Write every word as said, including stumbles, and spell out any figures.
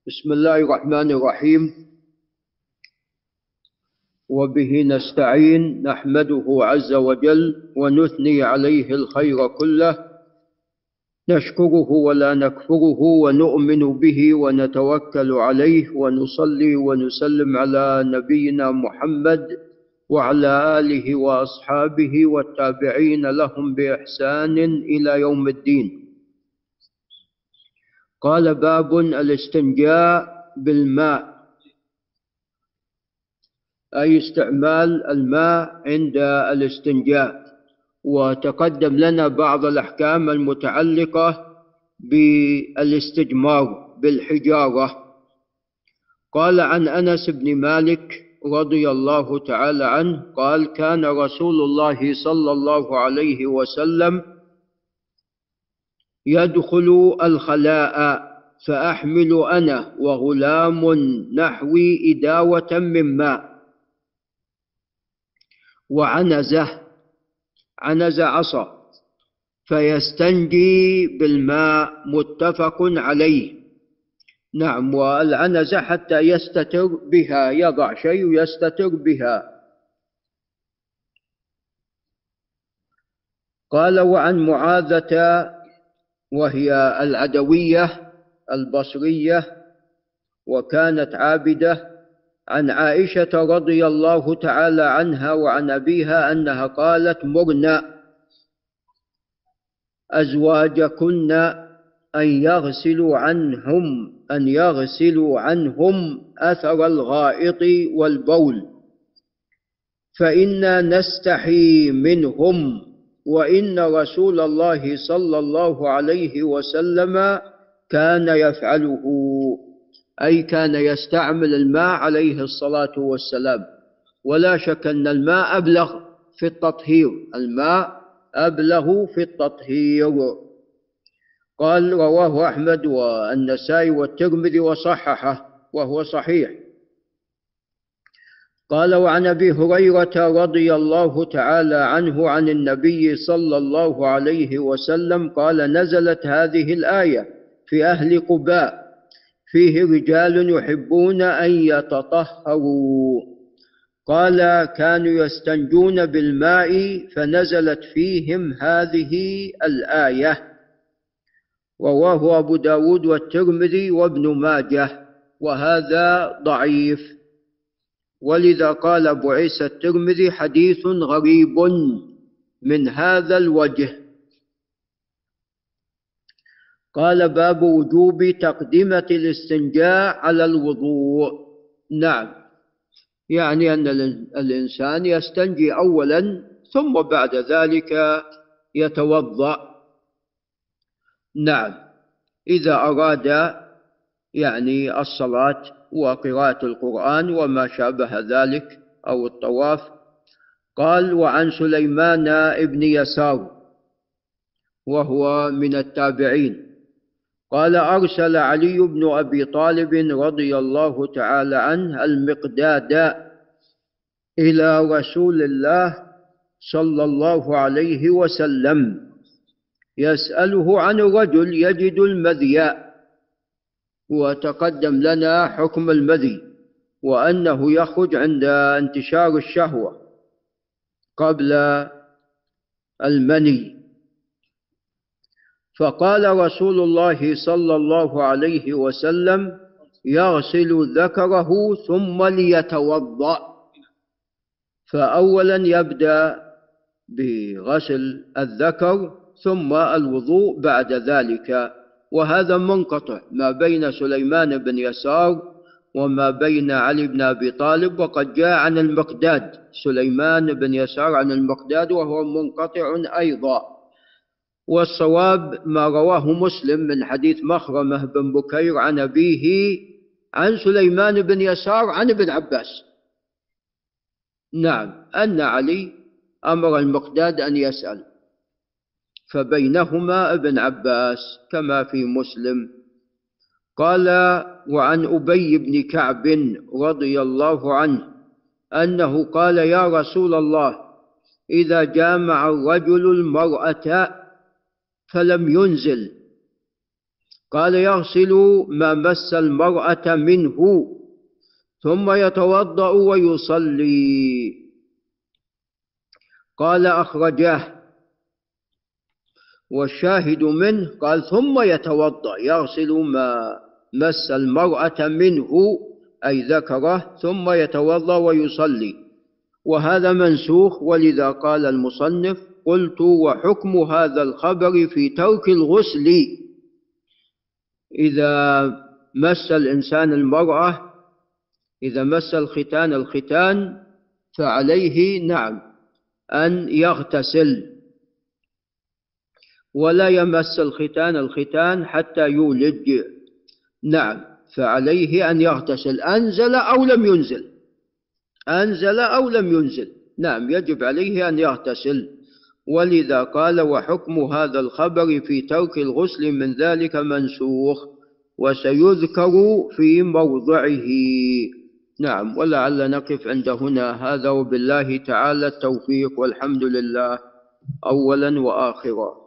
بسم الله الرحمن الرحيم. وبه نستعين، نحمده عز وجل ونثني عليه الخير كله، نشكره ولا نكفره، ونؤمن به ونتوكل عليه، ونصلي ونسلم على نبينا محمد وعلى آله وأصحابه والتابعين لهم بإحسان إلى يوم الدين. قال: باب الاستنجاء بالماء، أي استعمال الماء عند الاستنجاء. وتقدم لنا بعض الأحكام المتعلقة بالاستجمار بالحجارة. قال: عن أنس بن مالك رضي الله تعالى عنه قال: كان رسول الله صلى الله عليه وسلم يدخل الخلاء فأحمل أنا وغلام نحوي إداوة من ماء وعنزة، عنز عصا، فيستنجي بالماء، متفق عليه. نعم. والعنزة حتى يستتر بها، يضع شيء يستتر بها. قال: وعن معاذة وهي العدوية البصرية وكانت عابدة، عن عائشة رضي الله تعالى عنها وعن أبيها أنها قالت: مرنا أزواجكن أن يغسلوا عنهم أن يغسلوا عنهم أثر الغائط والبول، فإنا نستحي منهم، وإن رسول الله صلى الله عليه وسلم كان يفعله، أي كان يستعمل الماء عليه الصلاة والسلام. ولا شك أن الماء أبلغ في التطهير، الماء أبلغ في التطهير. قال: رواه أحمد والنسائي والترمذي وصححه وهو صحيح. قال: وعن أبي هريرة رضي الله تعالى عنه عن النبي صلى الله عليه وسلم قال: نزلت هذه الآية في أهل قباء فيه رجال يحبون أن يتطهروا. قال: كانوا يستنجون بالماء فنزلت فيهم هذه الآية. رواه أبو داود والترمذي وابن ماجه، وهذا ضعيف، ولذا قال أبو عيسى الترمذي: حديث غريب من هذا الوجه. قال: باب وجوب تقدمة الاستنجاء على الوضوء. نعم، يعني أن الإنسان يستنجي أولا ثم بعد ذلك يتوضأ. نعم، إذا أراد يعني الصلاة وقراءة القرآن وما شابه ذلك أو الطواف. قال: وعن سليمان بن يسار وهو من التابعين قال: أرسل علي بن أبي طالب رضي الله تعالى عنه المقداد إلى رسول الله صلى الله عليه وسلم يسأله عن الرجل يجد المذي. وتقدم لنا حكم المذي وأنه يخرج عند انتشار الشهوة قبل المني. فقال رسول الله صلى الله عليه وسلم: يغسل ذكره ثم ليتوضأ. فأولا يبدأ بغسل الذكر ثم الوضوء بعد ذلك. وهذا منقطع ما بين سليمان بن يسار وما بين علي بن أبي طالب، وقد جاء عن المقداد، سليمان بن يسار عن المقداد وهو منقطع أيضا. والصواب ما رواه مسلم من حديث مخرمة بن بكير عن أبيه عن سليمان بن يسار عن ابن عباس، نعم، أن علي أمر المقداد أن يسأل، فبينهما ابن عباس كما في مسلم. قال: وعن أبي بن كعب رضي الله عنه أنه قال: يا رسول الله، إذا جامع الرجل المرأة فلم ينزل قال يغسل ما مس المرأة منه ثم يتوضأ ويصلي. قال أخرجاه، والشاهد منه قال ثم يتوضأ، يغسل ما مس المرأة منه أي ذكره ثم يتوضأ ويصلي، وهذا منسوخ. ولذا قال المصنف: قلت وحكم هذا الخبر في ترك الغسل إذا مس الإنسان المرأة، إذا مس الختان الختان فعليه نعم أن يغتسل، ولا يمس الختان الختان حتى يولج. نعم، فعليه أن يغتسل أنزل أو لم ينزل، أنزل أو لم ينزل، نعم يجب عليه أن يغتسل. ولذا قال وحكم هذا الخبر في ترك الغسل من ذلك منسوخ، وسيذكر في موضعه. نعم، ولعل نقف عند هنا. هذا وبالله تعالى التوفيق، والحمد لله أولا وآخرا.